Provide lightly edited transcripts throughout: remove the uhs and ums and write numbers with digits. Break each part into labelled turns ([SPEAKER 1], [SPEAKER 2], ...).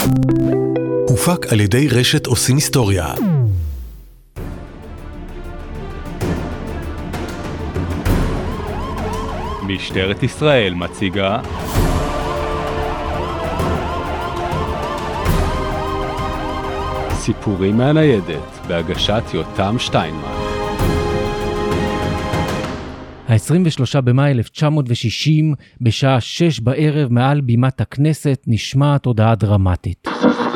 [SPEAKER 1] הופק על ידי רשת עושים היסטוריה.
[SPEAKER 2] משטרת ישראל מציגה סיפורים מהניידת בהגשת יותם שטיינמן.
[SPEAKER 3] ה-23 במאי 1960, בשעה 6 בערב מעל בימת הכנסת, נשמעת הודעה דרמטית.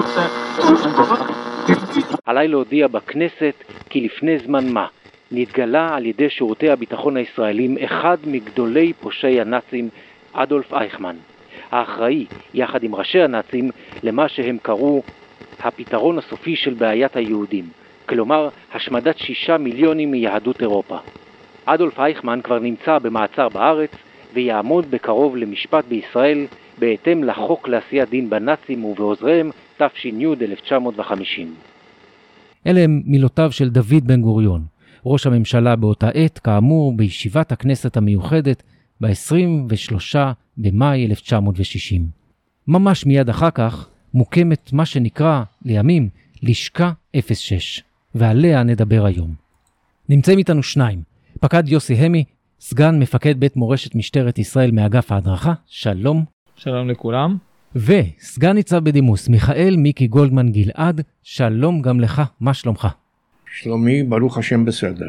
[SPEAKER 3] עליי להודיע בכנסת כי לפני זמן מה נתגלה על ידי שירותי הביטחון הישראלים אחד מגדולי פושעי הנאצים, אדולף אייכמן, האחראי יחד עם ראשי הנאצים למה שהם קראו הפתרון הסופי של בעיית היהודים, כלומר השמדת 6 מיליונים מיהדות אירופה. אדולף אייכמן כבר נמצא במעצר בארץ ויעמוד בקרוב למשפט בישראל בהתאם לחוק לעשיית דין בנאצים ובעוזריהם תש"י 1950. אלה הם מילותיו של דוד בן גוריון, ראש הממשלה באותה עת, כאמור בישיבת הכנסת המיוחדת ב-23 במאי 1960. ממש מיד אחר כך מוקמת מה שנקרא לימים לשכה 06, ועליה נדבר היום. נמצאים איתנו שניים, פקד יוסי המי, סגן מפקד בית מורשת משטרת ישראל מאגף ההדרכה, שלום.
[SPEAKER 4] שלום לכולם.
[SPEAKER 3] וסגן ניצב בדימוס מיכאל מיקי גולדמן גלעד, שלום גם לך, מה שלומך?
[SPEAKER 5] שלומי, ברוך השם בסדר.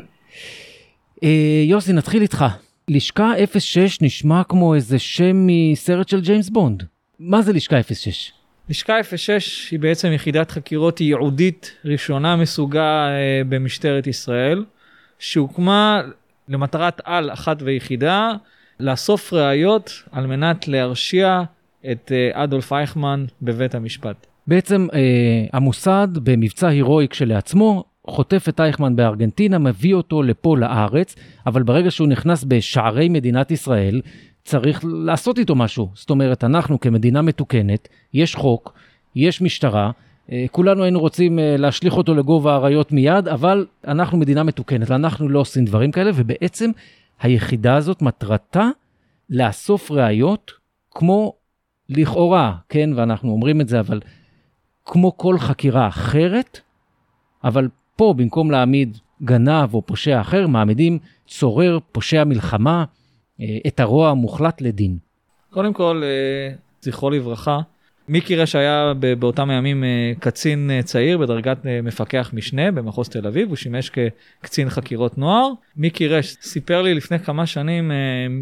[SPEAKER 3] יוסי, נתחיל איתך. לשכה 06 נשמע כמו איזה שם מסרט של ג'יימס בונד. מה זה לשכה 06?
[SPEAKER 4] לשכה 06 היא בעצם יחידת חקירות ייעודית ראשונה מסוגה במשטרת ישראל, שהוקמה למטרת על אחת ויחידה, לאסוף ראיות על מנת להרשיע את אדולף אייכמן בבית המשפט.
[SPEAKER 3] בעצם המוסד במבצע הירואי כשלעצמו, חוטף את אייכמן בארגנטינה, מביא אותו לפה לארץ, אבל ברגע שהוא נכנס בשערי מדינת ישראל, צריך לעשות איתו משהו. זאת אומרת, אנחנו כמדינה מתוקנת, יש חוק, יש משטרה, כולנו היינו רוצים להשליך אותו לגובה האריות מיד, אבל אנחנו מדינה מתוקנת, אנחנו לא עושים דברים כאלה, ובעצם היחידה הזאת מטרתה לאסוף ראיות כמו לכאורה, כן, ואנחנו אומרים את זה, אבל כמו כל חקירה אחרת, אבל פה במקום להעמיד גנב או פושע אחר, מעמידים צורר, פושע מלחמה, את הרוע המוחלט לדין.
[SPEAKER 4] קודם כל, זכרו לברכה, מיקי רש היה באותם הימים קצין צעיר בדרגת מפקח משנה במחוז תל אביב, הוא שימש כקצין חקירות נוער. מיקי רש סיפר לי לפני כמה שנים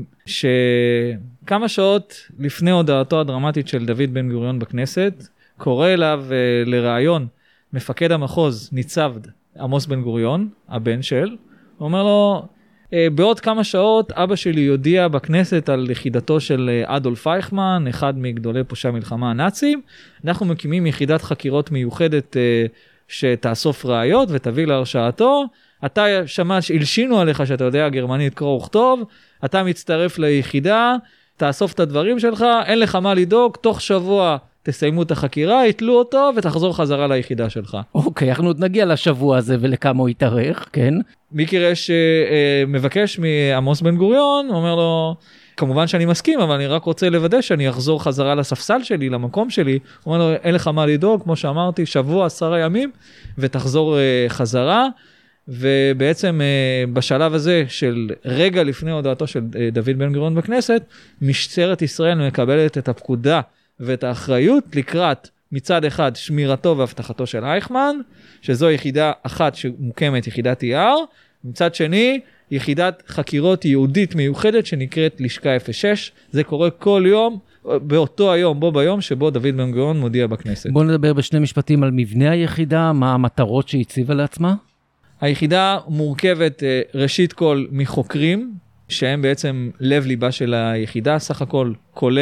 [SPEAKER 4] שכמה שעות לפני הודעתו הדרמטית של דוד בן גוריון בכנסת, קורא אליו לראיון מפקד המחוז ניצב עמוס בן גוריון, הבן של, הוא אומר לו, בעוד כמה שעות אבא שלי יודיע בכנסת על יחידתו של אדולף אייכמן, אחד מגדולי פושעי המלחמה הנאצים. אנחנו מקימים יחידת חקירות מיוחדת שתאסוף ראיות ותביא להרשעתו. אתה שמע שהלשינו עליך שאתה יודע גרמנית קרוא וכתוב, אתה מצטרף ליחידה, תאסוף את הדברים שלך, אין לך מה לדאוג, תוך שבוע תסיימו את החקירה, יתלו אותו ותחזור חזרה ליחידה שלך.
[SPEAKER 3] אוקיי, אנחנו עוד נגיע לשבוע הזה ולכמה הוא יתארך, כן?
[SPEAKER 4] מיקי רש מבקש מעמוס בן גוריון, הוא אומר לו, כמובן שאני מסכים, אבל אני רק רוצה לוודא שאני אחזור חזרה לספסל שלי, למקום שלי. הוא אומר לו, אין לך מה לדאוג, כמו שאמרתי, שבוע, 10 ימים, ותחזור חזרה. ובעצם בשלב הזה של רגע לפני הודעתו של דוד בן גוריון בכנסת, משטרת ישראל מקבלת את הפקודה ואת האחריות לקראת מצד אחד שמירתו והבטחתו של אייכמן, שזו יחידה אחת שמוקמת יחידת ER, מצד שני יחידת חקירות ייעודית מיוחדת שנקראת לשכה 06, זה קורה כל יום, באותו היום, בו ביום שבו דוד בן גוריון מודיע בכנסת.
[SPEAKER 3] בואו נדבר בשני משפטים על מבנה היחידה, מה המטרות שהציבה לעצמה?
[SPEAKER 4] היחידה מורכבת ראשית כל מחוקרים, שהם בעצם לב ליבה של היחידה, סך הכל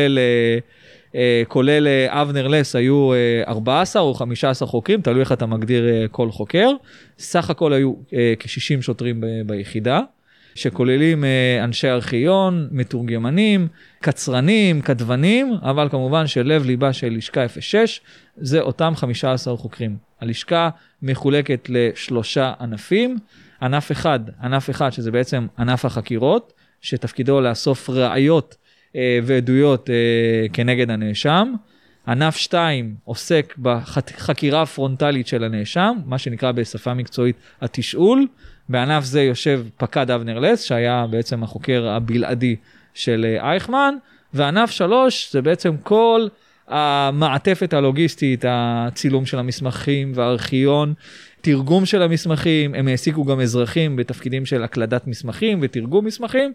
[SPEAKER 4] כולל אבנר לס היו 14 או 15 חוקרים, תלוי איך אתה מגדיר כל חוקר, סך הכל היו כ-60 שוטרים ביחידה, שכוללים אנשי ארכיון, מתורגמנים, קצרנים, כתבנים, אבל כמובן שלב ליבה של לשכה 06, זה אותם 15 חוקרים. הלשכה מחולקת ל3 ענפים, ענף אחד שזה בעצם ענף החקירות, שתפקידו לאסוף ראיות ועדויות כנגד הנאשם. ענף 2 עוסק בחקירה הפרונטלית של הנאשם, מה שנקרא בשפה מקצועית התשאול. בענף זה יושב פקד אבנר לס, שהיה בעצם החוקר הבלעדי של אייכמן, וענף 3 זה בעצם כל המעטפת הלוגיסטית, הצילום של המסמכים והארכיון, תרגום של המסמכים, הם העסיקו גם אזרחים בתפקידים של הקלדת מסמכים ותרגום מסמכים,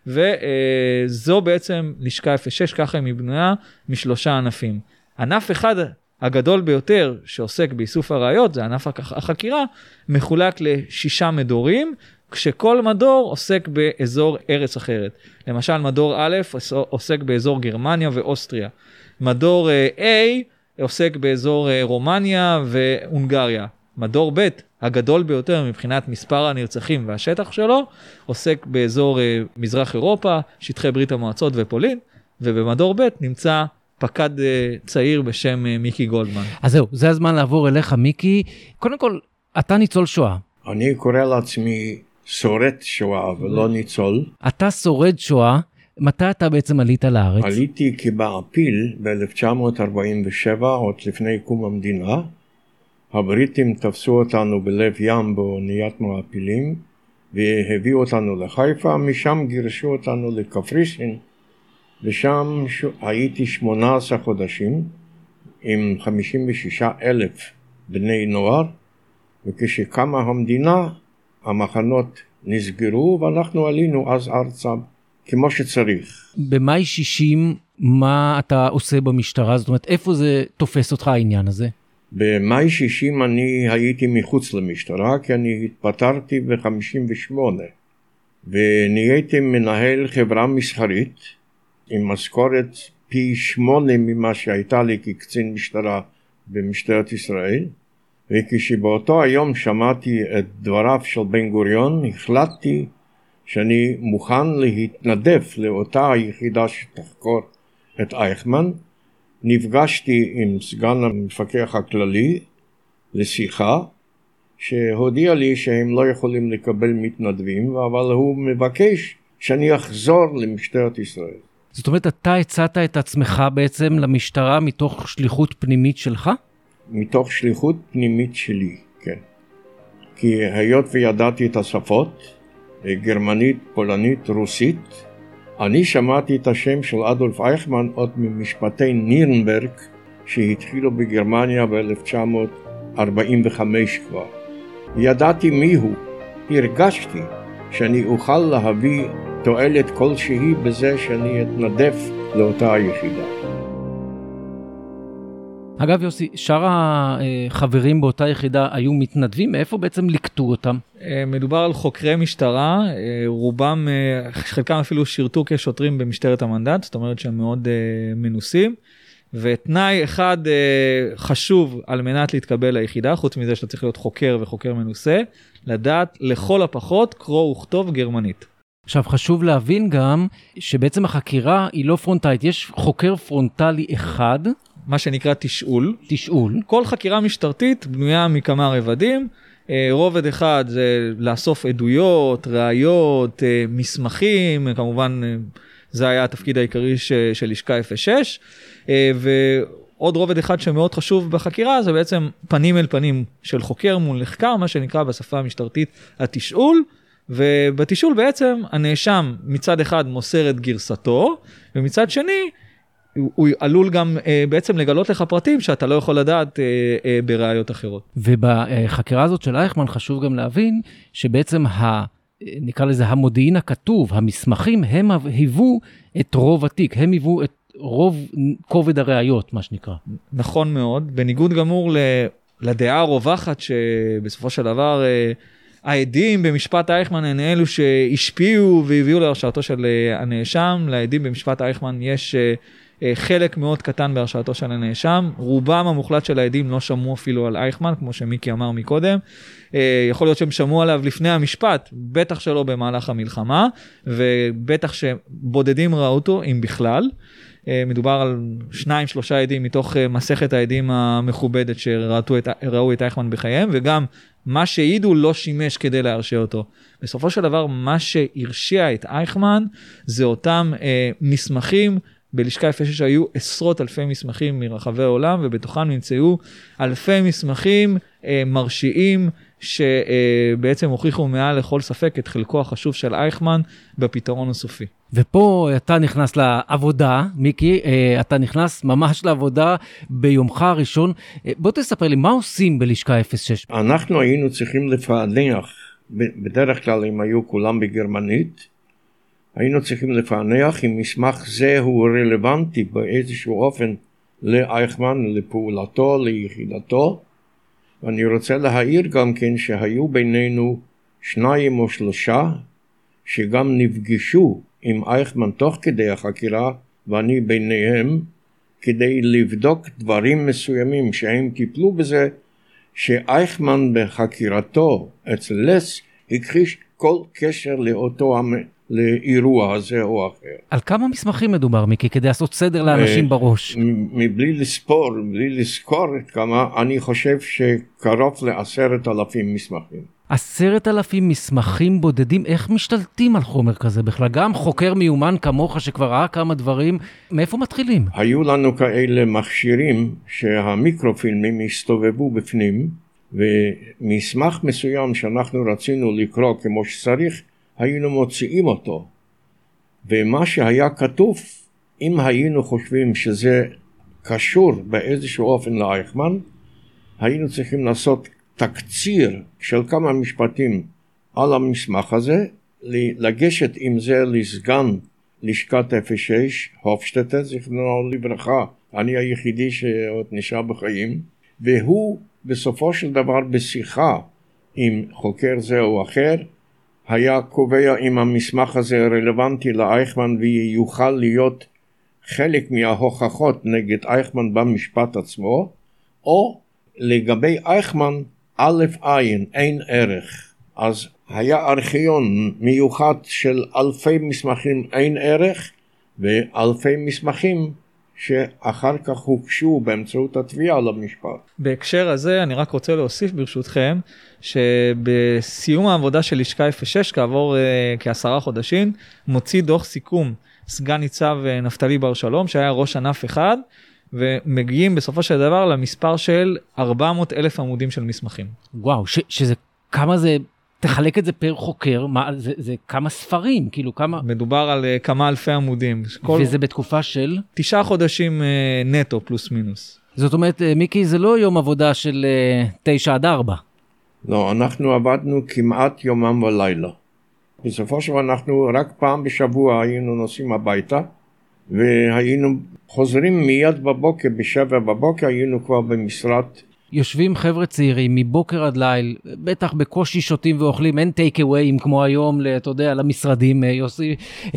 [SPEAKER 4] וזו בעצם לשכה 06, ככה היא בנויה משלושה ענפים. ענף אחד הגדול ביותר שעוסק באיסוף הראיות, זה ענף החקירה, מחולק ל6 מדורים, כשכל מדור עוסק באזור ארץ אחרת. למשל, מדור א' עוסק באזור גרמניה ואוסטריה. מדור A עוסק באזור רומניה והונגריה. מדור ב', הגדול ביותר מבחינת מספר הנרצחים והשטח שלו, עוסק באזור מזרח אירופה, שטחי ברית המועצות ופולין, ובמדור ב' נמצא פקד צעיר בשם מיקי גולדמן.
[SPEAKER 6] אז זהו, זה הזמן לעבור אליך, מיקי. קודם כל, אתה ניצול שואה.
[SPEAKER 5] אני קורא לעצמי שורד שואה ולא ניצול.
[SPEAKER 6] אתה שורד שואה. מתי אתה בעצם עלית לארץ?
[SPEAKER 5] עליתי כבעפיל ב-1947, עוד לפני קום המדינה. הבריטים תפסו אותנו בלב ים באוניית מעפילים, והביאו אותנו לחיפה, משם גירשו אותנו לקפריסין, ושם הייתי 18 חודשים עם 56,000 בני נוער, וכשקמה המדינה, המחנות נסגרו, ואנחנו עלינו אז ארצה כמו שצריך.
[SPEAKER 6] במאי 60, מה אתה עושה במשטרה? זאת אומרת, איפה זה תופס אותך העניין הזה?
[SPEAKER 5] במאי 60 אני הייתי מחוץ למשטרה, כי אני התפטרתי ב-58, ונהייתי מנהל חברה מסחרית, עם משכורת פי 8 ממה שהייתה לי כקצין משטרה במשטרת ישראל, וכשבאותו היום שמעתי את דבריו של בן גוריון, החלטתי שאני מוכן להתנדב לאותה היחידה שתחקור את אייכמן. נפגשתי עם סגן המפקח הכללי לשיחה, שהודיע לי שהם לא יכולים לקבל מתנדבים, אבל הוא מבקש שאני אחזור למשטרת ישראל.
[SPEAKER 6] זאת אומרת, אתה הצעת את עצמך בעצם למשטרה מתוך שליחות פנימית שלך?
[SPEAKER 5] מתוך שליחות פנימית שלי, כן. כי היות וידעתי את השפות, גרמנית, פולנית, רוסית, אני שמעתי את השם של אדולף אייכמן עוד ממשפטי נירנברג שהתחילו בגרמניה ב-1945 כבר. ידעתי מיהו, הרגשתי שאני אוכל להביא תועלת כלשהי בזה שאני אתנדב לאותה היחידה.
[SPEAKER 6] אגב יוסי, שאר החברים באותה יחידה היו מתנדבים? מאיפה בעצם לקטו אותם?
[SPEAKER 4] מדובר על חוקרי משטרה, רובם, חלקם אפילו שירתו כשוטרים במשטרת המנדט, זאת אומרת שהם מאוד מנוסים, ותנאי אחד חשוב על מנת להתקבל ליחידה, חוץ מזה שאתה צריך להיות חוקר וחוקר מנוסה, לדעת לכל הפחות קרוא וכתוב גרמנית.
[SPEAKER 6] עכשיו חשוב להבין גם שבעצם החקירה היא לא פרונטלית, יש חוקר פרונטלי אחד,
[SPEAKER 4] מה שנקרא תשאול.
[SPEAKER 6] תשאול.
[SPEAKER 4] כל חקירה משטרתית בנויה מכמה רבדים. רובד אחד זה לאסוף עדויות, ראיות, מסמכים, כמובן זה היה התפקיד העיקרי של לשכה 06, ועוד רובד אחד שמאוד חשוב בחקירה זה בעצם פנים אל פנים של חוקר מול נחקר, מה שנקרא בשפה המשטרתית התשאול, ובתשאול בעצם הנאשם מצד אחד מוסר את גרסתו, ומצד שני הוא עלול גם בעצם לגלות לך פרטים שאתה לא יכול לדעת בראיות אחרות.
[SPEAKER 6] ובחקירה הזאת של אייכמן חשוב גם להבין שבעצם נקרא לזה המודיעין הכתוב, המסמכים, הם היוו את רוב התיק, הם היוו את רוב כובד הראיות, מה שנקרא. נכון מאוד, בניגוד גמור לדעה הרווחת שבסופו של דבר העדים במשפט אייכמן הם אלו שהשפיעו והביאו להרשעתו של הנאשם. לעדים במשפט אייכמן יש חלק מאוד קטן בהרשעתו של הנאשם, רובם המוחלט של העדים לא שמעו אפילו על אייכמן, כמו שמיקי אמר מקודם, יכול להיות שהם שמעו עליו לפני המשפט, בטח שלא במהלך המלחמה, ובטח שבודדים ראו אותו, אם בכלל, מדובר על 2-3 עדים מתוך מסכת העדים המכובדת שראו את אייכמן בחייהם, וגם מה שהעידו לא שימש כדי להרשיע אותו. בסופו של דבר, מה שהרשיע את אייכמן, זה אותם מסמכים
[SPEAKER 4] בלשכה 06 היו עשרות אלפי מסמכים מרחבי העולם, ובתוכם נמצאו אלפי מסמכים מרשיעים, שבעצם הוכיחו מעל לכל ספק את חלקו החשוב של אייכמן בפתרון הסופי.
[SPEAKER 6] ופה אתה נכנס לעבודה, מיקי, אתה נכנס ממש לעבודה ביומך הראשון. בוא תספר לי, מה עושים בלשכה 06?
[SPEAKER 5] אנחנו היינו צריכים לפענח, בדרך כלל הם היו כולם בגרמנית, היינו צריכים לפענח אם מסמך זה הוא רלוונטי באיזשהו אופן לאייכמן, לפעולתו, ליחידתו. ואני רוצה להעיר גם כן שהיו בינינו 2 או 3 שגם נפגשו עם אייכמן תוך כדי החקירה, ואני ביניהם, כדי לבדוק דברים מסוימים שהם טיפלו בזה, שאייכמן בחקירתו אצל לס הכחיש כל קשר לאירוע הזה או אחר.
[SPEAKER 6] על כמה מסמכים מדובר, מיקי, כדי לעשות סדר לאנשים בראש?
[SPEAKER 5] מבלי לזכור כמה, אני חושב שקרוב ל10,000 מסמכים.
[SPEAKER 6] 10,000 מסמכים בודדים, איך משתלטים על חומר כזה בכלל? גם חוקר מיומן כמוך שכבר ראה כמה דברים, מאיפה מתחילים?
[SPEAKER 5] היו לנו כאלה מכשירים שהמיקרופילמים הסתובבו בפנים, ומסמך מסוים שאנחנו רצינו לקרוא כמו שצריך, היינו מוציאים אותו. ומה שהיה כתוב, אם היינו חושבים שזה קשור באיזשהו אופן לאייכמן, היינו צריכים לעשות תקציר של כמה משפטים על המסמך הזה, לגשת עם זה לסגן לשכת 06, הופשטטר, זיכרונו לברכה, אני היחידי שעוד נשאר בחיים, והוא בסופו של דבר בשיחה עם חוקר זה או אחר, היה קובע אם המסמך הזה רלוונטי לאייכמן ויוכל להיות חלק מההוכחות נגד אייכמן במשפט עצמו, או לגבי אייכמן א' עין, אין ערך. אז היה ארכיון מיוחד של אלפי מסמכים אין ערך, ואלפי מסמכים שאחר כך הוגשו באמצעות התביעה למשפט.
[SPEAKER 4] בהקשר הזה אני רק רוצה להוסיף ברשותכם, שבסיום העבודה של לשכה 06 כעבור כ10 חודשים, מוציא דוח סיכום סגן ניצב נפתלי בר שלום, שהיה ראש ענף אחד, ומגיעים בסופו של דבר למספר של 400,000 עמודים של מסמכים.
[SPEAKER 6] וואו, שזה כמה זה, תחלק את זה פר חוקר, זה כמה ספרים, כאילו כמה...
[SPEAKER 4] מדובר על כמה אלפי עמודים.
[SPEAKER 6] וזה בתקופה של?
[SPEAKER 4] 9 חודשים נטו פלוס מינוס.
[SPEAKER 6] זאת אומרת, מיקי, זה לא יום עבודה של 9 עד 4.
[SPEAKER 5] לא, אנחנו עבדנו כמעט יומם ולילה. בסופו של דבר אנחנו רק פעם בשבוע היינו נוסעים הביתה, והיינו חוזרים מיד בבוקר, ב7 בבוקר היינו כבר במשרד.
[SPEAKER 6] יושבים חבר'ה צעירים מבוקר עד ליל, בטח בקושי שותים ואוכלים, אין טייק אוויים כמו היום, אתה יודע, למשרדים, יוסי.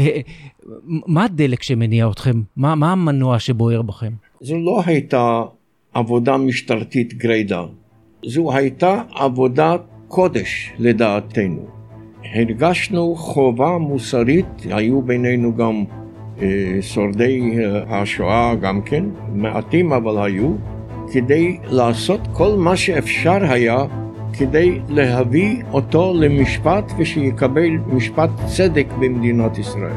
[SPEAKER 6] מה הדלק שמניע אתכם? מה המנוע שבוער בכם?
[SPEAKER 5] זו לא הייתה עבודה משטרתית גרידא, זו הייתה עבודת קודש לדעתנו. הרגשנו חובה מוסרית, היו בינינו גם שורדי השואה גם כן, מעטים אבל היו, כדי לעשות כל מה שאפשר היה, כדי להביא אותו למשפט ושיקבל משפט צדק במדינת ישראל.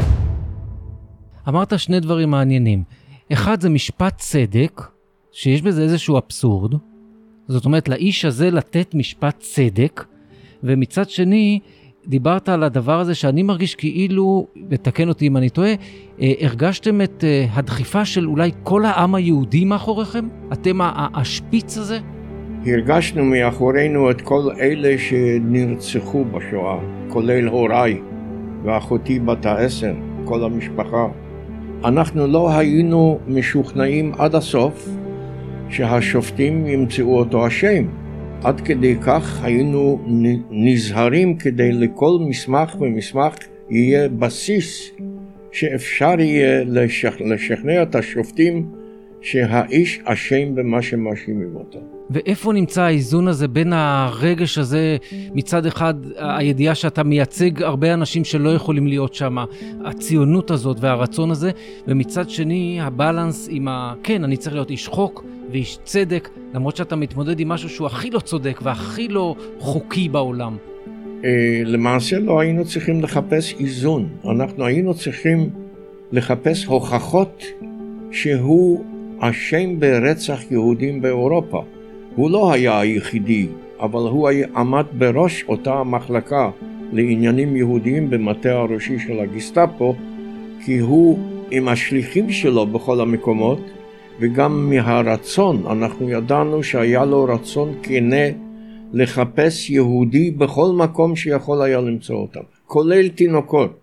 [SPEAKER 6] אמרת 2 דברים מעניינים. אחד זה משפט צדק, שיש בזה איזשהו אבסורד, זאת אומרת לאיש הזה לתת משפט צדק, ומצד שני דיברת על הדבר הזה שאני מרגיש כאילו, ותקן אותי אם אני טועה, הרגשתם את הדחיפה של אולי כל העם היהודי מאחוריכם? אתם השפיץ הזה?
[SPEAKER 5] הרגשנו מאחורינו את כל אלה שנרצחו בשואה, כולל הוריי ואחותי בת 10, כל המשפחה. אנחנו לא היינו משוכנעים עד הסוף שהשופטים ימצאו אותו אשם. עד כדי כך היינו נזהרים כדי לכל מסמך ומסמך יהיה בסיס שאפשר יהיה לשכנע את השופטים שהאיש אשם במה שמאשימים אותו.
[SPEAKER 6] ואיפה נמצא האיזון הזה בין הרגש הזה, מצד אחד הידיעה שאתה מייצג הרבה אנשים שלא יכולים להיות שם, הציונות הזאת והרצון הזה, ומצד שני הבלנס עם כן, אני צריך להיות איש חוק ואיש צדק, למרות שאתה מתמודד עם משהו שהוא הכי לא צודק והכי לא חוקי בעולם.
[SPEAKER 5] למעשה לא היינו צריכים לחפש איזון, אנחנו היינו צריכים לחפש הוכחות שהוא אשם ברצח יהודים באירופה. הוא לא היה היחידי, אבל הוא עמד בראש אותה מחלקה לעניינים יהודיים במטה הראשי של הגסטאפו, כי הוא עם השליחים שלו בכל המקומות, וגם מהרצון, אנחנו ידענו שהיה לו רצון כנה לחפש יהודי בכל מקום שיכול היה למצוא אותם, כולל תינוקות.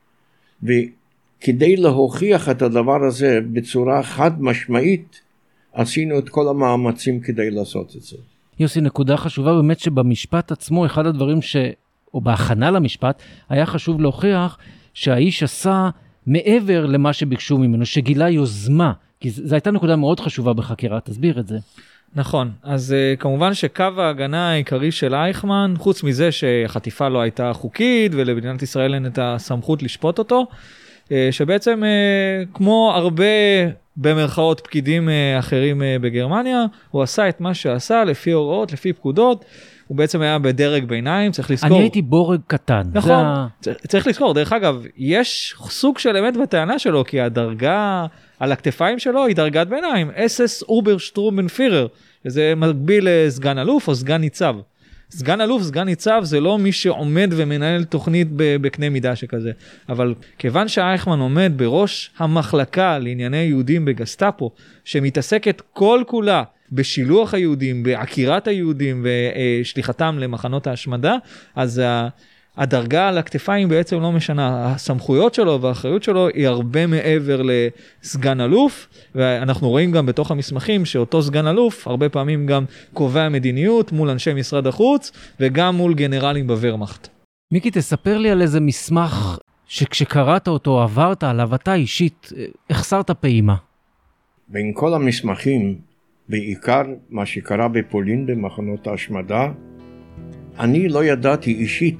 [SPEAKER 5] וכדי להוכיח את הדבר הזה בצורה חד משמעית, עשינו את כל המאמצים כדי לעשות את זה.
[SPEAKER 6] יוסי, נקודה חשובה באמת שבמשפט עצמו, אחד הדברים או בהכנה למשפט, היה חשוב להוכיח שהאיש עשה מעבר למה שביקשו ממנו, שגילה יוזמה, כי זו הייתה נקודה מאוד חשובה בחקירה, תסביר את זה.
[SPEAKER 4] נכון, אז כמובן שקו ההגנה העיקרי של אייכמן, חוץ מזה שהחטיפה לא הייתה חוקית, ולמדינת ישראל אין את הסמכות לשפוט אותו, שבעצם כמו הרבה במרכאות פקידים אחרים בגרמניה, הוא עשה את מה שעשה לפי הוראות, לפי פקודות, הוא בעצם היה בדרג ביניים, צריך לזכור.
[SPEAKER 6] אני הייתי בורג קטן.
[SPEAKER 4] נכון, צריך לזכור. דרך אגב, יש סוג של אמת בטענה שלו, כי הדרגה על הכתפיים שלו היא דרגת ביניים, SS Oberstrombenführer, שזה מקביל לסגן אלוף או סגן ניצב. סגן אלוף, סגן ניצב, זה לא מי שעומד ומנהל תוכנית בקנה מידה שכזה. אבל כיוון שאייכמן עומד בראש המחלקה לענייני יהודים בגסטאפו, שמתעסקת כל כולה בשילוח היהודים, בעקירת היהודים ושליחתם למחנות ההשמדה, אז הדרגה על הכתפיים בעצם לא משנה. הסמכויות שלו והאחריות שלו היא הרבה מעבר לסגן אלוף, ואנחנו רואים גם בתוך המסמכים שאותו סגן אלוף הרבה פעמים גם קובע מדיניות מול אנשי משרד החוץ וגם מול גנרלים בוורמאכט.
[SPEAKER 6] מיקי, תספר לי על איזה מסמך שכשקראת אותו, עברת עליו, אתה אישית, החסרת פעימה.
[SPEAKER 5] בין כל המסמכים, בעיקר מה שקרה בפולין במחנות ההשמדה, אני לא ידעתי אישית,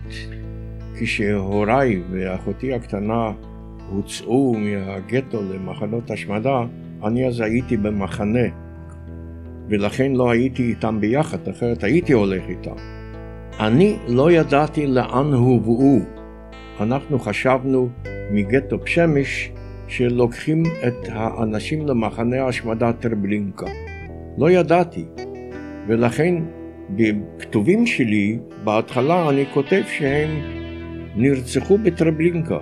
[SPEAKER 5] כשהוריי ואחותי הקטנה הוצאו מהגטו למחנות השמדה, אני אז הייתי במחנה, ולכן לא הייתי איתם ביחד, אחרת הייתי הולך איתם. אני לא ידעתי לאן הובאו. אנחנו חשבנו מגטו פשמיש שלוקחים את האנשים למחנה השמדה טרבלינקה. לא ידעתי, ולכן בכתובים שלי בהתחלה אני כותב שהם נרצחו בטרבלינקה.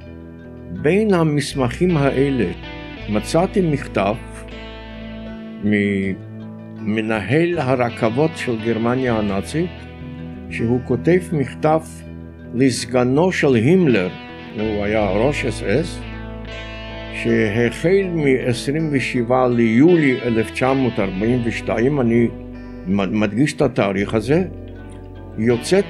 [SPEAKER 5] בין המסמכים האלה מצאתי מכתב ממנהל הרכבות של גרמניה הנאצית, שהוא כותב מכתב לסגנו של הימלר, הוא היה ראש SS, שהחל מ-27 ליולי 1942, אני מדגיש את התאריך הזה, יוצאת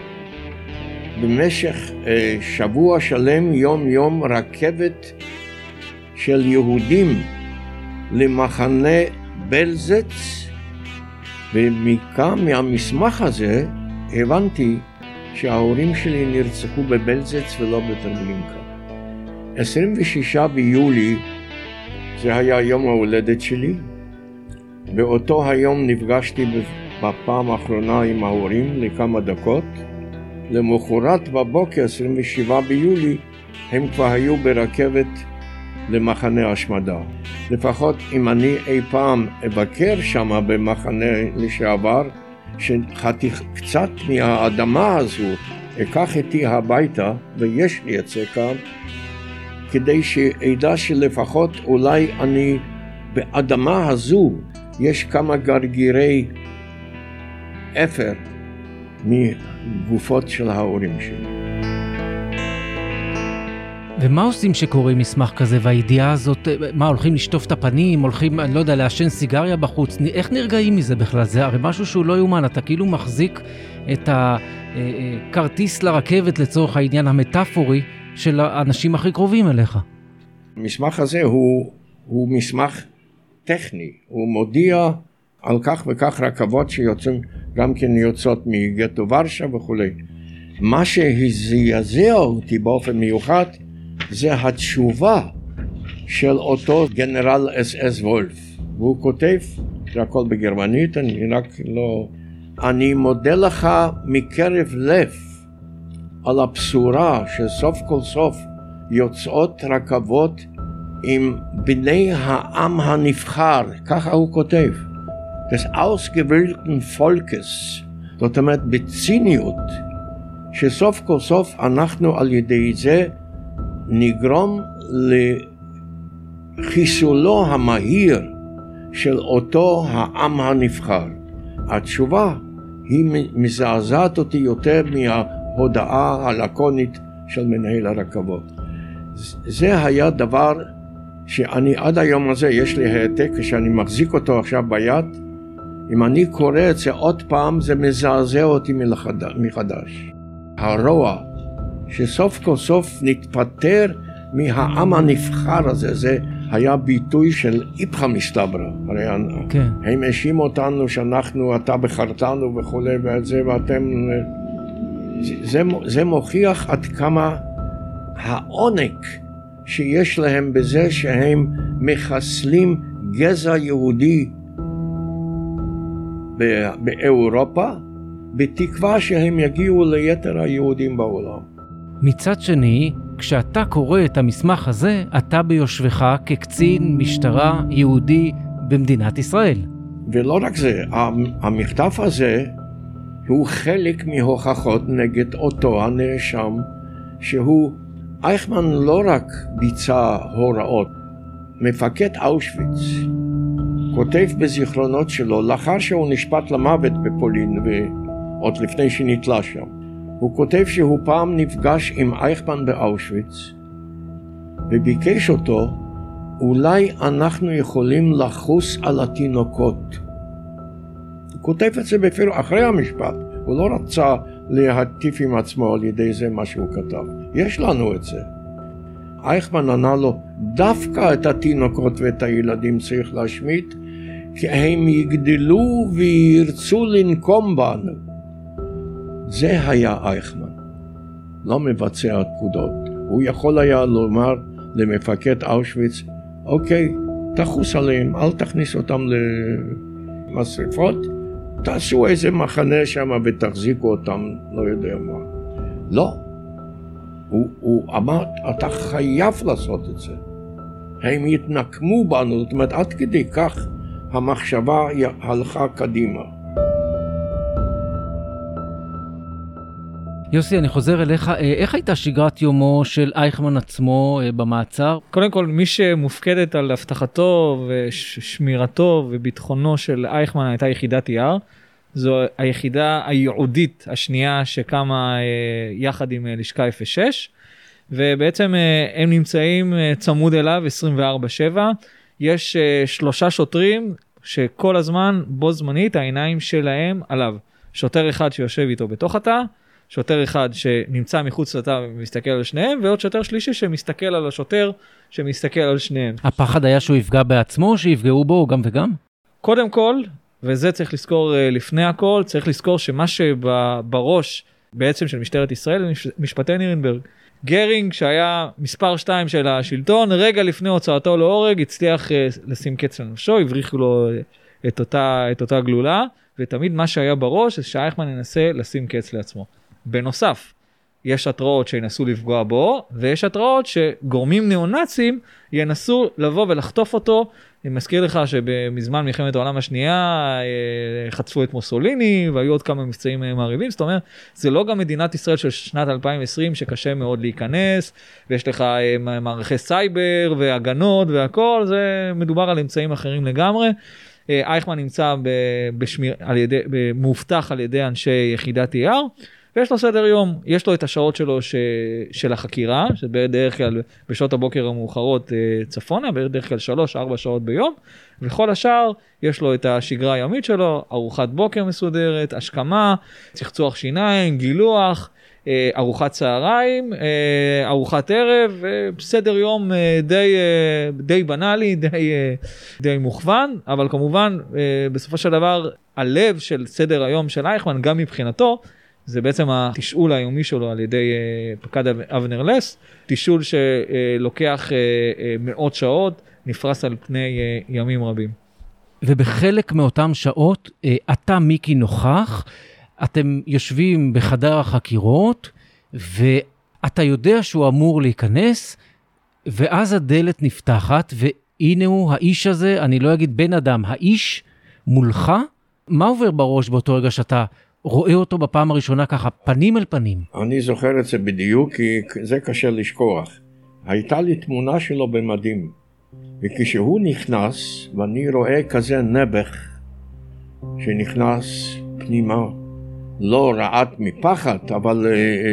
[SPEAKER 5] במשך שבוע שלם יום יום רכבת של יהודים למחנה בלזץ, ומכאן מהמסמך הזה הבנתי שההורים שלי נרצחו בבלזץ ולא בטרבלינקה. 26 ביולי זה היה יום ההולדת שלי, באותו היום נפגשתי בפעם האחרונה עם ההורים לכמה דקות. למחרת בבוקר 27 ביולי הם כבר היו ברכבת למחנה השמדה. לפחות אם אני אי פעם אבקר שם במחנה לשעבר, שחתי קצת מהאדמה הזו אקח איתי הביתה, ויש לי את זה כאן, כדי שידע שלפחות אולי אני באדמה הזו יש כמה גרגירי אפר מגופות של ההורים שלי.
[SPEAKER 6] ומה עושים שקוראים מסמך כזה והידיעה הזאת, מה, הולכים לשטוף את הפנים, הולכים, אני לא יודע, לעשן סיגריה בחוץ, איך נרגעים מזה בכלל? זה הרי משהו שהוא לא יומן, אתה כאילו מחזיק את הכרטיס לרכבת לצורך העניין המטאפורי של האנשים הכי קרובים אליך.
[SPEAKER 5] המסמך הזה הוא מסמך טכני, הוא מודיע על כך וכך רכבות שיוצאים, גם כן יוצאות מגטו ורשה וכו'. מה שהזעזע אותי באופן מיוחד, זה התשובה של אותו גנרל SS וולף. והוא כותב, זה הכל בגרמנית, אני מודה לך מקרב לב על הבשורה שסוף כל סוף יוצאות רכבות עם בני העם הנבחר, ככה הוא כותב, des ausgewählten Volkes, זאת אומרת בציניות, שסוף כל סוף אנחנו על ידי זה נגרום לחיסולו המהיר של אותו העם הנבחר. התשובה היא מזעזעת אותי יותר מההודעה הלקונית של מנהל הרכבות. זה היה דבר שאני עד היום הזה, יש לי העתק שאני מחזיק אותו עכשיו ביד, אם אני קורא את זה עוד פעם זה מזעזע אותי מחדש. הרוע שסוף כל סוף נתפטר מהעם הנבחר הזה, זה היה ביטוי של איפכא מסתברא. הרי הם האשימו אותנו שאנחנו, אתה בחרתנו וכו' וזה, ואתם... זה מוכיח עד כמה העונג שיש להם בזה שהם מחסלים גזע יהודי באירופה, בתקווה שהם יגיעו ליתר היהודים בעולם.
[SPEAKER 6] מצד שני, כשאתה קורא את המסמך הזה, אתה ביושבך כקצין משטרה יהודי במדינת ישראל.
[SPEAKER 5] ולא רק זה, המכתב הזה הוא חלק מהוכחות נגד אותו הנאשם, שהוא, אייכמן לא רק ביצע הוראות, מפקד אושוויץ, כותב בזיכרונות שלו, לאחר שהוא נשפט למוות בפולין, ועוד לפני שנתלה שם, הוא כותב שהוא פעם נפגש עם אייכמן באושוויץ, וביקש אותו, אולי אנחנו יכולים לחוס על התינוקות. הוא כותב את זה בפירוש, אחרי המשפט, הוא לא רצה להטיף עם עצמו על ידי זה מה שהוא כתב. יש לנו את זה. אייכמן ענה לו, דווקא את התינוקות ואת הילדים צריך להשמיט, כי הם יגדלו וירצו לנקום בנו. זה היה אייכמן, לא מבצע הפקודות. הוא יכול היה לומר למפקד אושוויץ, אוקיי, תחוס עליהם, אל תכניס אותם למשרפות, תעשו איזה מחנה שם ותחזיקו אותם, לא יודע מה. לא. הוא אמר, אתה חייב לעשות את זה. הם יתנקמו בנו, זאת אומרת, עד כדי כך המחשבה הלכה קדימה.
[SPEAKER 6] יוסי, אני חוזר אליך. איך הייתה שגרת יומו של אייכמן עצמו במעצר?
[SPEAKER 4] קודם כל, מי שמופקדת על הבטחתו ושמירתו וביטחונו של אייכמן הייתה יחידת אייר. זו היחידה הייעודית השנייה שקמה יחד עם לשכה 06, ובעצם הם נמצאים צמוד אליו 24/7. יש 3 שוטרים שכל הזמן בו זמנית העיניים שלהם עליו. שוטר אחד שיושב איתו בתוך התא, שוטר אחד שנמצא מחוץ לתא ומסתכל על שניהם, ועוד שוטר שלישי שמסתכל על השוטר שמסתכל על שניהם.
[SPEAKER 6] הפחד היה שהוא יפגע בעצמו, שיפגעו בו גם וגם?
[SPEAKER 4] קודם כל, וזה צריך לזכור לפני הכל, צריך לזכור שמה שבראש בעצם של משטרת ישראל, משפטי נירנברג. גרינג שהיה מספר 2 של השלטון, רגע לפני הוצאתו להורג, הצליח לשים קץ לנפשו, הבריחו לו את אותה גלולה, ותמיד מה שהיה בראש זה שאייכמן ינסה לשים קץ לעצמו. בנוסף, יש התראות שינסו לפגוע בו, ויש התראות שגורמים ניאו-נאצים ינסו לבוא ולחטוף אותו. אני מזכיר לך שבמזמן מלחמת העולם השנייה חטפו את מוסוליני, והיו עוד כמה מבצעים מערבים. זאת אומרת, זה לא גם מדינת ישראל של שנת 2020 שקשה מאוד להיכנס, ויש לך מערכי סייבר והגנות והכל, זה מדובר על אמצעים אחרים לגמרי. אייכמן נמצא מאובטח על ידי אנשי יחידת אייר, ויש לו סדר יום, יש לו את השעות שלו של החקירה, שבדרך כלל בשעות הבוקר המאוחרות צפונה, בדרך כלל 3-4 שעות ביום, וכל השאר יש לו את השגרה היומית שלו, ארוחת בוקר מסודרת, השכמה, צחצוח שיניים, גילוח, ארוחת צהריים, ארוחת ערב, סדר יום די בנאלי, די מוכוון, אבל כמובן בסופו של דבר הלב של סדר היום של אייכמן, גם מבחינתו, זה בעצם התשאול היומי שלו על ידי פקד אבנר לס, תשאול שלוקח מאות שעות, נפרס על פני ימים רבים.
[SPEAKER 6] ובחלק מאותם שעות, אתה מיקי נוכח, אתם יושבים בחדר החקירות, ואתה יודע שהוא אמור להיכנס, ואז הדלת נפתחת, והנה הוא האיש הזה, אני לא אגיד בן אדם, האיש מולך, מה עובר בראש באותו רגע שאתה רואה אותו בפעם הראשונה ככה, פנים אל פנים?
[SPEAKER 5] אני זוכר את זה בדיוק, כי זה קשה לשכוח. הייתה לי תמונה שלו במדים, וכשהוא נכנס, ואני רואה כזה נבח, שנכנס פנימה, לא רעד מפחד, אבל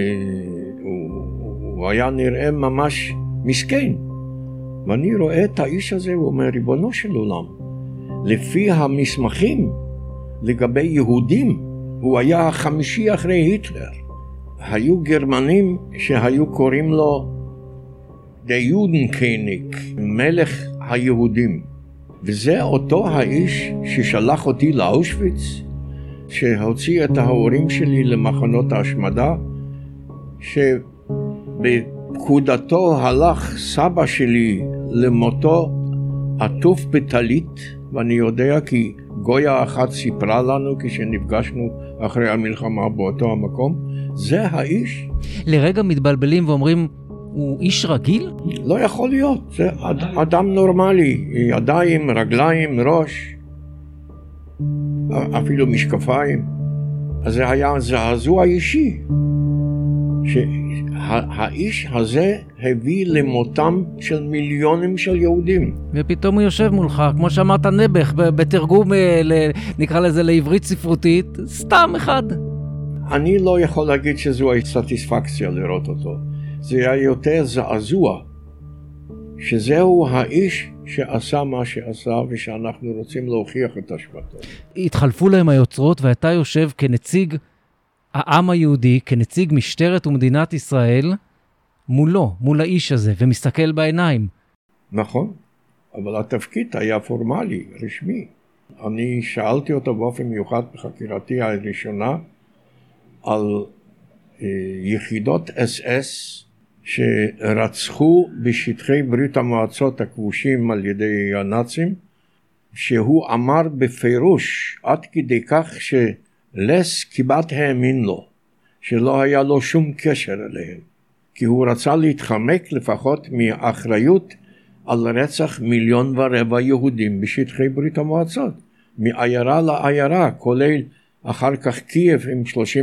[SPEAKER 5] הוא היה נראה ממש מסכן. ואני רואה את האיש הזה, הוא אומר, ריבונו של עולם, לפי המסמכים לגבי יהודים, הוא היה החמישי אחרי היטלר. היו גרמנים שהיו קוראים לו דה יודנקייניג, מלך היהודים. וזה אותו האיש ששלח אותי לאושוויץ, שהוציא את ההורים שלי למחנות ההשמדה, שבפקודתו הלך סבא שלי למותו עטוף בטלית, ואני יודע כי גויה אחת סיפרה לנו כשנפגשנו אחרי המלחמה באותו המקום. זה האיש.
[SPEAKER 6] לרגע מתבלבלים ואומרים, הוא איש רגיל?
[SPEAKER 5] לא יכול להיות, זה אדם נורמלי, ידיים, רגליים, ראש, אפילו משקפיים. אז זה היה זעזוע אישי, שהאיש הזה הביא למותם של מיליונים של יהודים.
[SPEAKER 6] ופתאום הוא יושב מולך, כמו שאמרת נבח, בתרגום, נקרא לזה לעברית ספרותית, סתם אחד.
[SPEAKER 5] אני לא יכול להגיד שזו סטיספקציה לראות אותו. זה היה יותר זעזוע, שזהו האיש שעשה מה שעשה, ושאנחנו רוצים להוכיח את השפעתו.
[SPEAKER 6] התחלפו להם היוצרות, ואתה יושב כנציג העם היהודי, כנציג משטרת ומדינת ישראל, מולו, מול האיש הזה, ומסתכל בעיניים.
[SPEAKER 5] נכון, אבל התפקיד היה פורמלי, רשמי. אני שאלתי אותו באופן מיוחד בחקירתי הראשונה, על יחידות SS שרצחו בשטחי ברית המועצות הכבושים על ידי הנאצים, שהוא אמר בפירוש עד כדי כך שלס כמעט האמין לו, שלא היה לו שום קשר אליהם, כי הוא רצה להתחמק לפחות מאחריות על רצח 1.25 מיליון יהודים בשטחי ברית המועצות, מעיירה לעיירה, כולל אחר כך קייב עם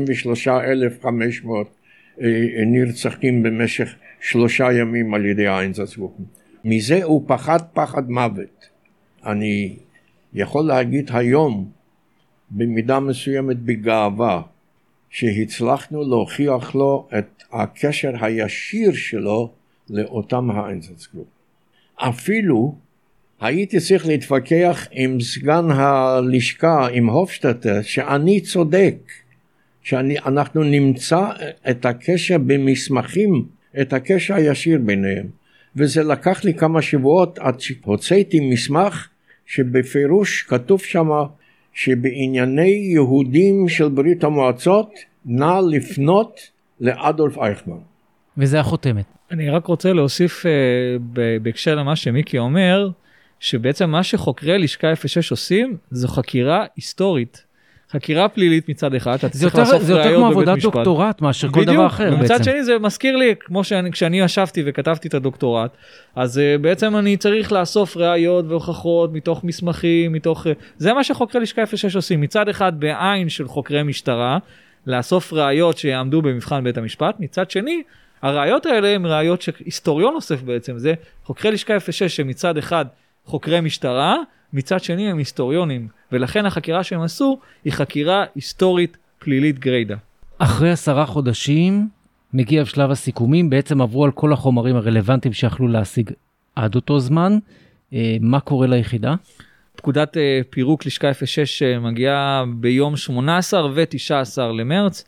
[SPEAKER 5] 33,500 נרצחים במשך 3 ימים על ידי האיינזצגרופן. מזה הוא פחד פחד מוות. אני יכול להגיד היום במידה מסוימת בגאווה שהצלחנו להוכיח לו את הקשר הישיר שלו לאותם האיינזצגרופן. אפילו הייתי צריך להתווכח עם סגן הלשכה, עם הופשטטר, שאני צודק, שאנחנו נמצא את הקשר במסמכים, את הקשר הישיר ביניהם. וזה לקח לי כמה שבועות עד שהוצאתי מסמך שבפירוש כתוב שם שבענייני יהודים של ברית המועצות נא לפנות לאדולף אייכמן.
[SPEAKER 6] וזה החותמת.
[SPEAKER 4] אני רק רוצה להוסיף בהקשר למה שמיקי אומר, שבעצם מה שחוקרי לשכה 06 עושים, זו חקירה היסטורית. חקירה פלילית מצד אחד, אתה צריך לאסוף ראיות בבית משפט.
[SPEAKER 6] זה יותר כמו עבודת דוקטורט מאשר כל דבר אחר בעצם.
[SPEAKER 4] מצד שני זה מזכיר לי, כמו כשאני ישבתי וכתבתי את הדוקטורט, אז בעצם אני צריך לאסוף ראיות והוכחות מתוך מסמכים, זה מה שחוקרי לשכה 06 עושים. מצד אחד בעין של חוקרי משטרה, לאסוף ראיות שיעמדו במבחן בית המשפט, מצד שני, הראיות האלה הן ראיות שהיסטוריון אוסף בעצם, זה חוקרי לשכה 06 שמצד אחד חוקרי משטרה, מצד שני הם היסטוריונים, ולכן החקירה שהם עשו היא חקירה היסטורית פלילית גריידה.
[SPEAKER 6] אחרי 10 חודשים מגיע שלב הסיכומים, בעצם עברו על כל החומרים הרלוונטיים שיכלו להשיג עד אותו זמן. מה קורה ליחידה?
[SPEAKER 4] פקודת פירוק לשכה 06 מגיעה ביום 18 ו-19 למרץ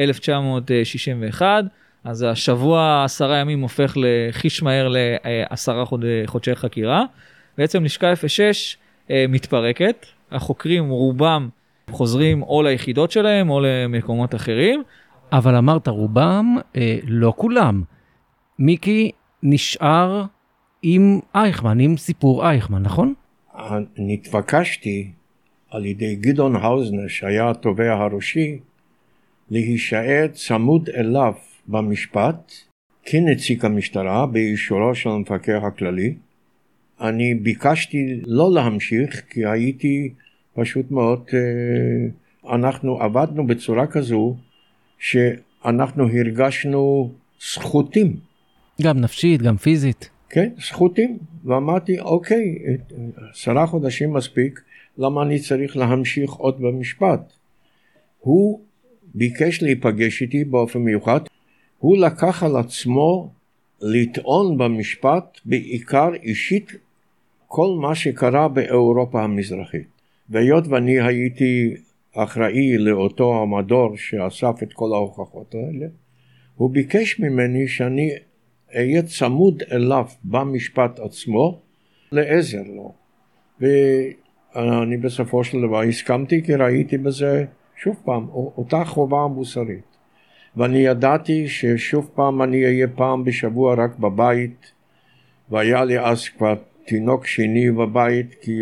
[SPEAKER 4] 1961, אז השבוע 10 ימים הופך לחיש מהר ל10 חודשי חקירה. בעצם לשכה 06 מתפרקת, החוקרים רובם חוזרים או ליחידות שלהם או למקומות אחרים.
[SPEAKER 6] אבל אמרת רובם, לא כולם. מיקי נשאר עם אייכמן, עם סיפור אייכמן, נכון?
[SPEAKER 5] נתבקשתי על ידי גדעון האוזנר שהיה התובע הראשי, להישאר צמוד אליו במשפט כנציג המשטרה באישורו של המפקח הכללי. אני ביקשתי לא להמשיך כי הייתי פשוט מאוד, אנחנו עבדנו בצורה כזו שאנחנו הרגשנו זכותים.
[SPEAKER 6] גם נפשית, גם פיזית.
[SPEAKER 5] כן, זכותים. ואמרתי, אוקיי, 10 חודשים מספיק, למה אני צריך להמשיך עוד במשפט? הוא ביקש להיפגש איתי באופן מיוחד. הוא לקח על עצמו לטעון במשפט בעיקר אישית כל מה שקרה באירופה המזרחית. והיות ואני הייתי אחראי לאותו המדור שאסף את כל ההוכחות האלה, הוא ביקש ממני שאני אהיה צמוד אליו במשפט עצמו לעזר לו. ואני בסופו של דבר הסכמתי כי ראיתי בזה שוב פעם אותה חובה מוסרית. ואני ידעתי ששוב פעם אני אהיה פעם בשבוע רק בבית, והיה לי אז כבר תינוק שני בבית, כי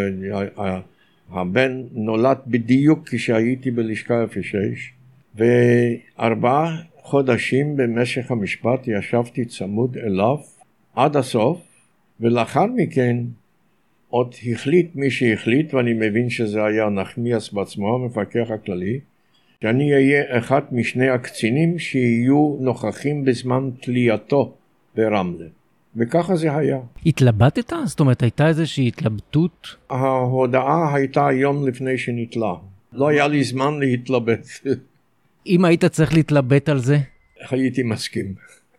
[SPEAKER 5] הבן נולד בדיוק כשהייתי בלשכה 06, ו4 חודשים במשך המשפט ישבתי צמוד אליו עד הסוף, ולאחר מכן עוד החליט מי שהחליט, ואני מבין שזה היה נחמיאס בעצמו, המפקח הכללי, שאני אהיה אחד משני הקצינים שיהיו נוכחים בזמן תלייתו ברמלה. וככה זה היה.
[SPEAKER 6] התלבטת? זאת אומרת, הייתה איזושהי התלבטות?
[SPEAKER 5] ההודעה הייתה יום לפני שנתלה. לא היה לי זמן להתלבט.
[SPEAKER 6] אם היית צריך להתלבט על זה?
[SPEAKER 5] הייתי מסכים.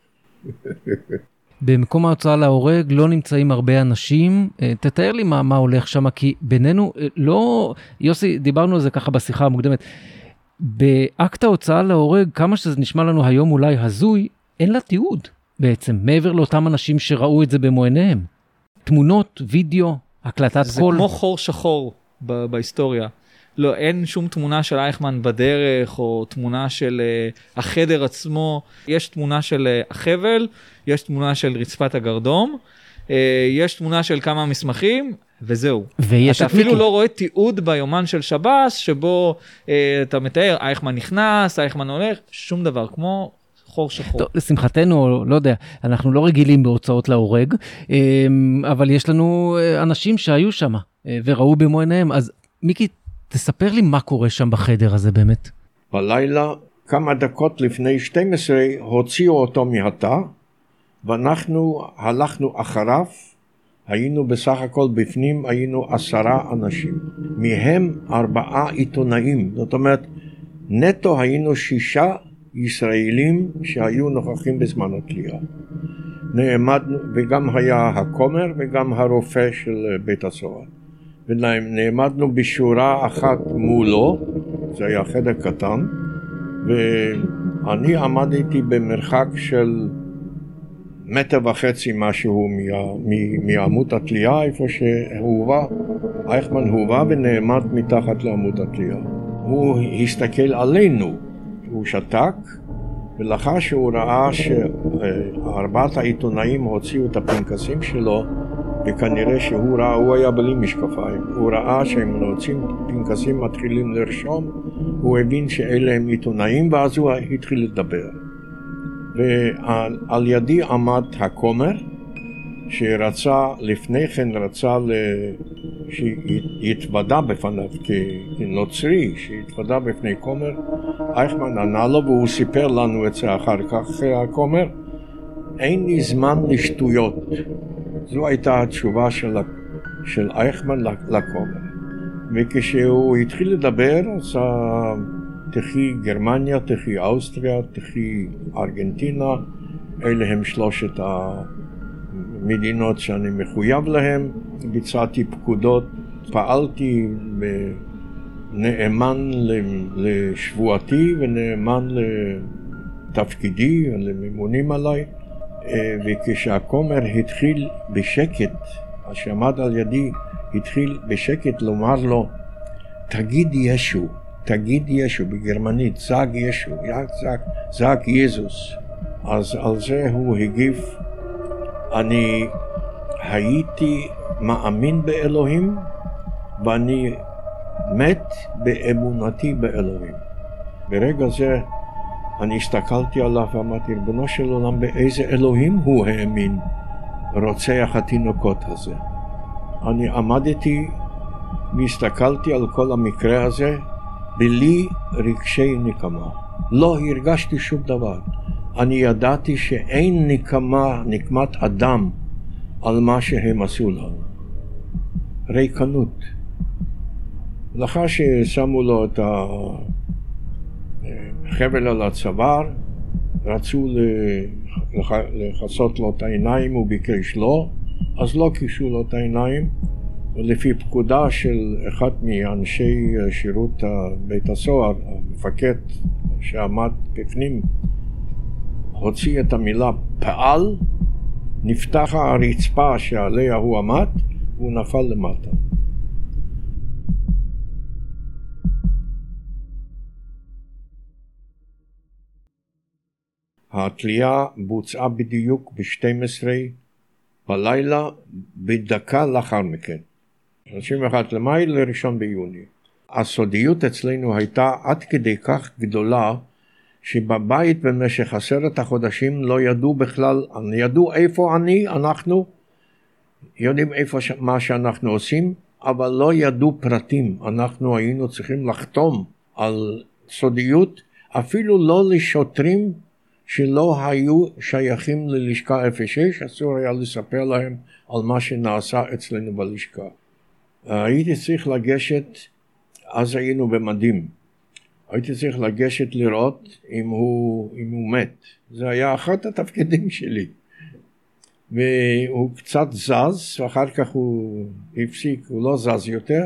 [SPEAKER 6] במקום ההוצאה להורג לא נמצאים הרבה אנשים. תתאר לי מה הולך שם, כי בינינו, לא, יוסי, דיברנו על זה ככה בשיחה המוקדמת. באקט ההוצאה להורג, כמה שזה נשמע לנו היום אולי הזוי, אין לה תיעוד בעצם, מעבר לאותם אנשים שראו את זה במו עיניהם. תמונות, וידאו, הקלטת קול.
[SPEAKER 4] זה כמו חור שחור בהיסטוריה. לא, אין שום תמונה של אייכמן בדרך, או תמונה של החדר עצמו. יש תמונה של החבל, יש תמונה של רצפת הגרדום, יש תמונה של כמה מסמכים, וזהו. אתה אפילו לא רואה תיעוד ביומן של שב"ס, שבו אתה מתאר, אייכמן נכנס, אייכמן הולך, שום דבר, כמו חור שחור.
[SPEAKER 6] טוב, לשמחתנו, לא יודע, אנחנו לא רגילים בהוצאות להורג, אבל יש לנו אנשים שהיו שם, וראו במו עיניהם, אז מיקי, תספר לי מה קורה שם בחדר הזה באמת.
[SPEAKER 5] בלילה, כמה דקות לפני 12, הוציאו אותו מהתא, ואנחנו הלכנו אחריו, היינו בסך הכל בפנים, היינו 10 אנשים. מהם 4 עיתונאים. זאת אומרת, נטו היינו 6 ישראלים שהיו נוכחים בזמן התלייה. נעמדנו, וגם היה הכומר וגם הרופא של בית הסוהר. ונעמדנו בשורה אחת מולו, זה היה חדר קטן, ואני עמדתי במרחק של 1.5 מטר משהו מעמוד התלייה, איפה שהובא, אייכמן הובא ונעמד מתחת לעמוד התלייה. הוא הסתכל עלינו, הוא שתק, ולאחר שהוא ראה ש4 העיתונאים הוציאו את הפנקסים שלו, וכנראה שהוא ראה, הוא היה בלי משקפיים, הוא ראה שהם רוצים פנקסים מתחילים לרשום, הוא הבין שאלה הם עיתונאים, ואז הוא התחיל לדבר. ועל ידי עמד הכומר, שרצה, לפני כן רצה שיתוודע בפניו כנוצרי, שיתוודע בפני כומר. אייכמן ענה לו והוא סיפר לנו את זה אחר כך, הכומר, אין לי זמן לשטויות. זו הייתה התשובה של אייכמן לכומר. וכשהוא התחיל לדבר, אז תחי גרמניה, תחי אוסטריה, תחי ארגנטינה, אלה הם 3 המדינות שאני מחויב להם. ביצעתי פקודות, פעלתי נאמן לשבועתי ונאמן לתפקידי ולממונים עליי. וכשהכומר התחיל בשקט, שעמד על ידי, התחיל בשקט לומר לו, תגיד ישו, תגיד ישו בגרמנית, זאג ישו, זאג יזוס. אז על זה הוא הגיב, אני הייתי מאמין באלוהים, ואני מת באמונתי באלוהים. ברגע זה אני הסתכלתי עליו ואמרתי, ריבונו של עולם, באיזה אלוהים הוא האמין, רוצח התינוקות הזה. אני עמדתי והסתכלתי על כל המקרה הזה, בלי רגשי נקמה. לא הרגשתי שום דבר. אני ידעתי שאין נקמת אדם על מה שהם עשו לנו. ריקנות. לאחר ששמו לו את החבל על הצוואר, רצו לחסות לו את העיניים, הוא ביקש לא, אז לא כיסו לו את העיניים, ולפי פקודה של אחד מאנשי שירות בית הסוהר, המפקד שעמד בפנים, הוציא את המילה פעל, נפתח הרצפה שעליה הוא עמד, והוא נפל למטה. התלייה בוצעה בדיוק ב-12 בלילה, בדקה לאחר מכן. 31 למאי ל1 ביוני. הסודיות אצלנו הייתה עד כדי כך גדולה, שבבית במשך 10 החודשים לא ידעו בכלל, ידעו איפה אנחנו יודעים איפה מה שאנחנו עושים, אבל לא ידעו פרטים. אנחנו היינו צריכים לחתום על סודיות, אפילו לא לשוטרים שלא היו שייכים ללשכה 06, אסור היה לספר להם על מה שנעשה אצלנו בלשכה. הייתי צריך לגשת, אז היינו במדים, הייתי צריך לגשת לראות אם הוא מת. זה היה אחד התפקידים שלי. והוא קצת זז, ואחר כך הוא הפסיק, הוא לא זז יותר.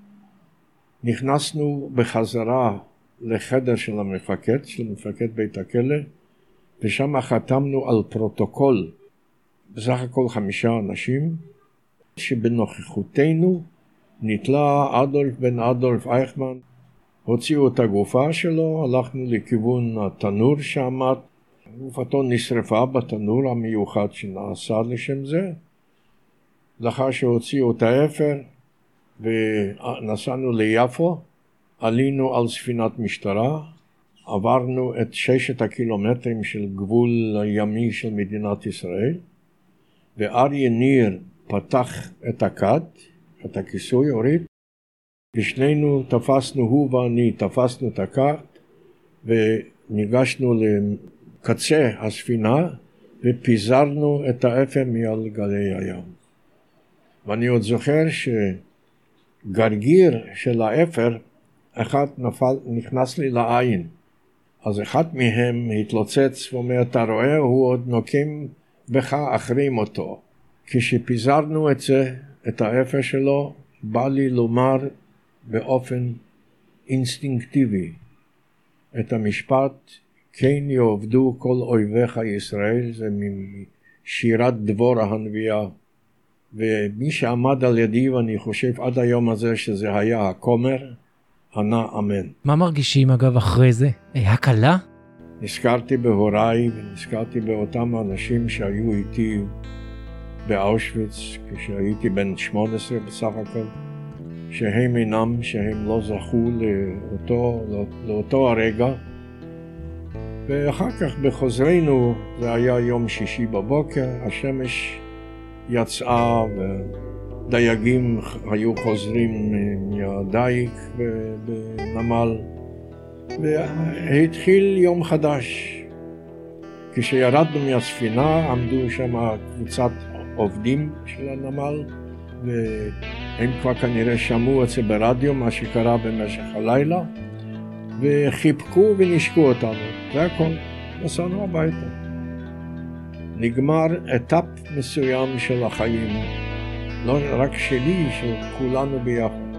[SPEAKER 5] נכנסנו בחזרה לחדר של המפקד, של מפקד בית הכלא, ושם חתמנו על פרוטוקול, בסך הכל 5 אנשים, שבנוכחותנו נתלה אדולף בן אדולף אייכמן, הוציאו את הגופה שלו, הלכנו לכיוון התנור שעמד, גופתו נשרפה בתנור המיוחד שנעשה לשם זה. לאחר שהוציאו את האפר ונסענו ליפו, עלינו על ספינת משטרה, עברנו את 6 הקילומטרים של גבול הימי של מדינת ישראל, ואריה ניר פתח את הכד, את הכיסוי הוריד, ושנינו תפסנו, הוא ואני תפסנו את הכד, וניגשנו לקצה הספינה, ופיזרנו את האפר מעל גלי הים. ואני עוד זוכר שגרגיר של האפר, אחד נכנס לי לעין. אז אחד מהם התלוצץ ואומר, אתה רואה, הוא עוד נוקם בך, אחרים אותו. כשפיזרנו את זה, את האפר שלו, בא לי לומר באופן אינסטינקטיבי את המשפט, כן יעבדו כל אויביך ישראל, זה משירת דבורה הנביאה. ומי שעמד על ידי, ואני חושב עד היום הזה שזה היה הכומר, ענה אמן.
[SPEAKER 6] מה מרגישים אגב אחרי זה? היה קלה?
[SPEAKER 5] נזכרתי בהוריי ונזכרתי באותם אנשים שהיו איתי באושוויץ כשהייתי בן 18 בסך הכל, שהם לא זכו לאותו הרגע. ואחר כך בחוזרנו, זה היה יום שישי בבוקר, השמש יצאה ודייגים היו חוזרים מהדייג בנמל, והתחיל יום חדש. כשירדנו מהספינה עמדו שם קבוצת עובדים של הנמל, והם כבר כנראה שמעו את זה ברדיו, מה שקרה במשך הלילה, וחיבקו ונשקו אותנו, זה הכל, נסענו הביתה. נגמר אטאפ מסוים של החיים, לא רק שלי, של כולנו ביחד.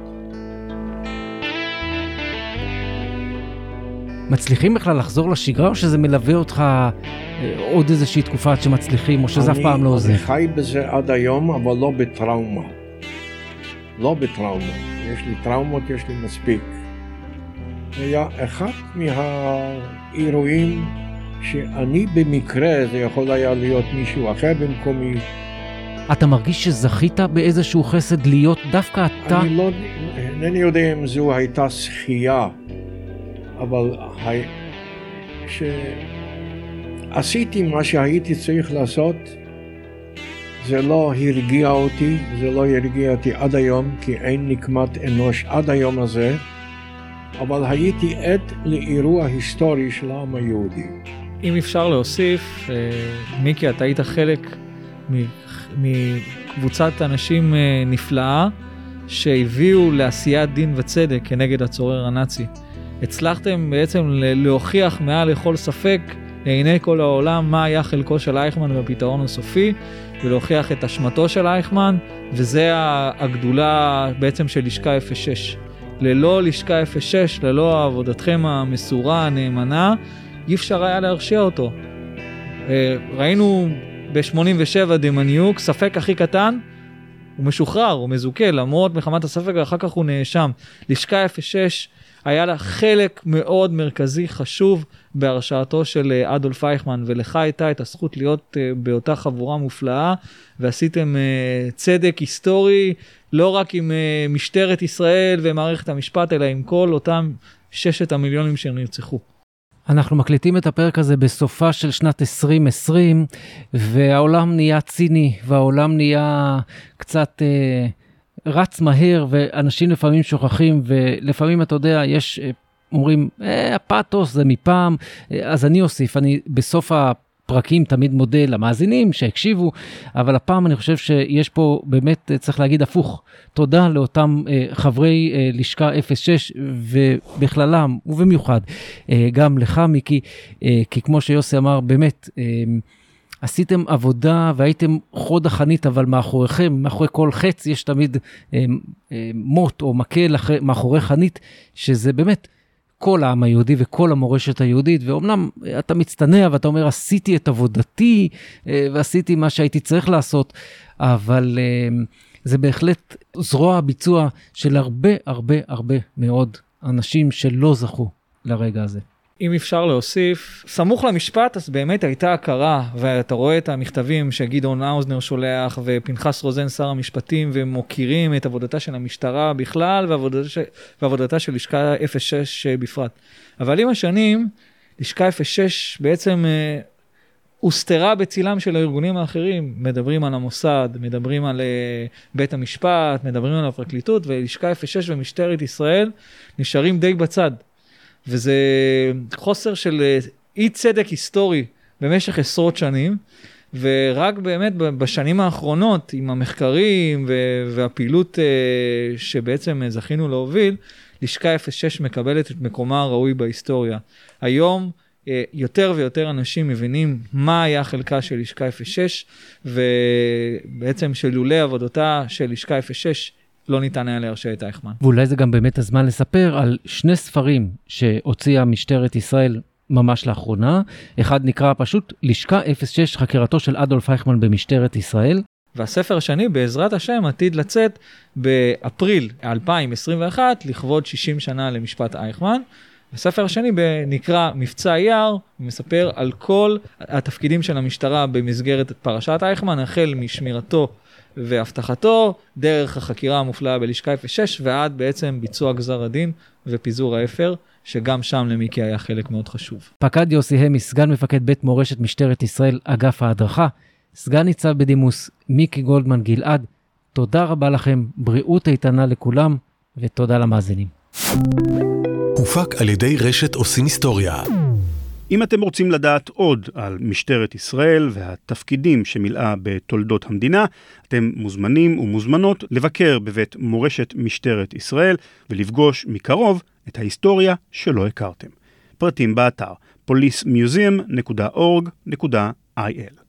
[SPEAKER 6] מצליחים בכלל לחזור לשגרה, או שזה מלווה אותך עוד איזושהי תקופה עד שמצליחים, או שזה אף פעם לא עוזר?
[SPEAKER 5] אני חי בזה עד היום, אבל לא בטראומה. לא בטראומה. יש לי טראומות, יש לי מספיק. היה אחד מהאירועים שאני במקרה, זה יכול היה להיות מישהו אחר במקומי.
[SPEAKER 6] אתה מרגיש שזכית באיזשהו חסד להיות דווקא אתה?
[SPEAKER 5] אני לא, אינני יודע אם זו הייתה שחייה, אבל שעשיתי מה שהייתי צריך לעשות. זה לא הרגיע אותי, זה לא הרגיע אותי עד היום, כי אין נקמת אנוש עד היום הזה, אבל הייתי עד לאירוע היסטורי של העם היהודי.
[SPEAKER 4] אם אפשר להוסיף, מיקי, אתה היית חלק מקבוצת אנשים נפלאה, שהביאו לעשיית דין וצדק כנגד הצורר הנאצי. הצלחתם בעצם להוכיח מעל לכל ספק, לעיני כל העולם, מה היה חלקו של אייכמן בפתרון הסופי, ולהוכיח את אשמתו של אייכמן, וזה הגדולה בעצם של לשכה 06. ללא לשכה 06, ללא עבודתכם המסורה, הנאמנה, אי אפשר היה להרשיע אותו. ראינו ב-87 דמניוק, ספק הכי קטן, הוא משוחרר, הוא מזוכה, למרות מחמת הספק, ואחר כך הוא נאשם. לשכה 06 היה לה חלק מאוד מרכזי חשוב בהרשעתו של אדולף אייכמן, ולך הייתה את הזכות להיות באותה חבורה מופלאה, ועשיתם צדק היסטורי, לא רק עם משטרת ישראל ומערכת המשפט, אלא עם כל אותם 6 המיליונים שנרצחו.
[SPEAKER 6] אנחנו מקליטים את הפרק הזה בסופה של שנת 2020, והעולם נהיה ציני, והעולם נהיה קצת רץ מהר, ואנשים לפעמים שוכחים, ולפעמים אתה יודע, יש, אומרים, הפאתוס זה מפעם, אז אני אוסיף, אני בסוף הפרקים תמיד מודה למאזינים שהקשיבו, אבל הפעם אני חושב שיש פה באמת, צריך להגיד הפוך, תודה לאותם חברי לשכה 06 ובכללם ובמיוחד גם לך מיקי, כי כמו שיוסי אמר באמת עשיתם עבודה והייתם חוד החנית, אבל מאחוריכם, מאחורי כל חץ יש תמיד מוט או מקל מאחורי חנית, שזה באמת כל העם היהודי וכל המורשת היהודית, ואומנם אתה מצטנע ואתה אומר עשיתי את עבודתי ועשיתי מה שהייתי צריך לעשות, אבל זה בהחלט זרוע הביצוע של הרבה מאוד אנשים שלא זכו לרגע הזה.
[SPEAKER 4] אם אפשר להוסיף, סמוך למשפט, אז באמת הייתה הכרה, ואתה רואה את המכתבים שגדעון האוזנר שולח, ופנחס רוזן שר המשפטים, ומוקירים את עבודתה של המשטרה בכלל, ועבודתה של לשכה 06 בפרט. אבל עם השנים, לשכה 06 בעצם הוסתרה בצילם של הארגונים האחרים, מדברים על המוסד, מדברים על בית המשפט, מדברים על הפרקליטות, ולשכה 06 ומשטרת ישראל נשארים די בצד. וזה חוסר של אי צדק היסטורי במשך עשרות שנים, ורק באמת בשנים האחרונות, עם המחקרים והפעילות שבעצם זכינו להוביל, לשכה 06 מקבלת את מקומה הראוי בהיסטוריה. היום יותר ויותר אנשים מבינים מה היה חלקה של לשכה 06, ובעצם שלולא עבודתה של לשכה 06, לא ניתן היה להרשיע את אייכמן.
[SPEAKER 6] ואולי זה גם באמת הזמן לספר על 2 ספרים שהוציאה משטרת ישראל ממש לאחרונה. אחד נקרא פשוט לשכה 06, חקירתו של אדולף אייכמן במשטרת ישראל.
[SPEAKER 4] והספר השני, בעזרת השם, עתיד לצאת באפריל 2021, לכבוד 60 שנה למשפט אייכמן. הספר השני נקרא מבצע אייר, ומספר על כל התפקידים של המשטרה במסגרת פרשת אייכמן, החל משמירתו והבטחתו, דרך החקירה המופלאה בלשכה 06, ועד בעצם ביצוע גזר הדין ופיזור האפר, שגם שם למיקי היה חלק מאוד חשוב.
[SPEAKER 6] פקד יוסי המי, סגן מפקד בית מורשת משטרת ישראל, אגף ההדרכה, סגן ניצב בדימוס מיקי גולדמן גלעד, תודה רבה לכם, בריאות איתנה לכולם, ותודה למאזינים.
[SPEAKER 1] הופק על ידי רשת עושים היסטוריה.
[SPEAKER 7] אם אתם רוצים לדעת עוד על משטרת ישראל והתפקידים שמילאה בתולדות המדינה, אתם מוזמנים ומוזמנות לבקר בבית מורשת משטרת ישראל ולפגוש מקרוב את ההיסטוריה שלא הכרתם. פרטים באתר policemuseum.org.il